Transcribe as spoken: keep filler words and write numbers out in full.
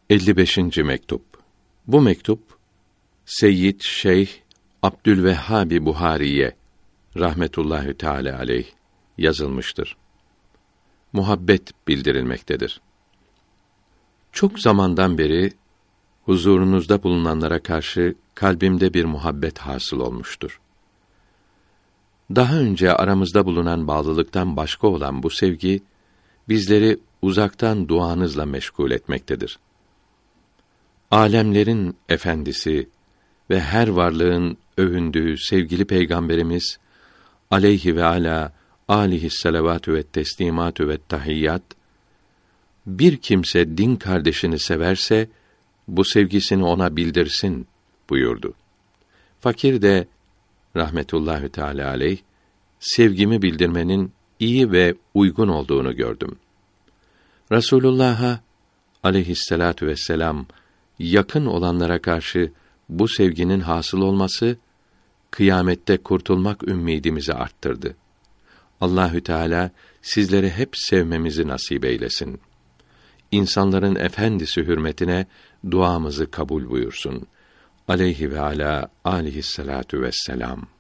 elli beşinci mektup. Bu mektup Seyyid Şeyh Abdülvehhab Buhari'ye rahmetullahi teâlâ aleyh yazılmıştır. Muhabbet bildirilmektedir. Çok zamandan beri huzurunuzda bulunanlara karşı kalbimde bir muhabbet hasıl olmuştur. Daha önce aramızda bulunan bağlılıktan başka olan bu sevgi, bizleri uzaktan duanızla meşgul etmektedir. Âlemlerin efendisi ve her varlığın övündüğü sevgili Peygamberimiz aleyhi ve ala âlihisselavâtü ve teslimâtü ve tahiyyat, bir kimse din kardeşini severse bu sevgisini ona bildirsin buyurdu. Fakir de rahmetullahi teâlâ aleyh sevgimi bildirmenin iyi ve uygun olduğunu gördüm. Resulullah'a aleyhisselatu vesselam yakın olanlara karşı bu sevginin hasıl olması kıyamette kurtulmak ümidimizi arttırdı. Allahü Teala sizleri hep sevmemizi nasip eylesin. İnsanların efendisi hürmetine duamızı kabul buyursun. Aleyhi ve ala alihissalatu vesselam.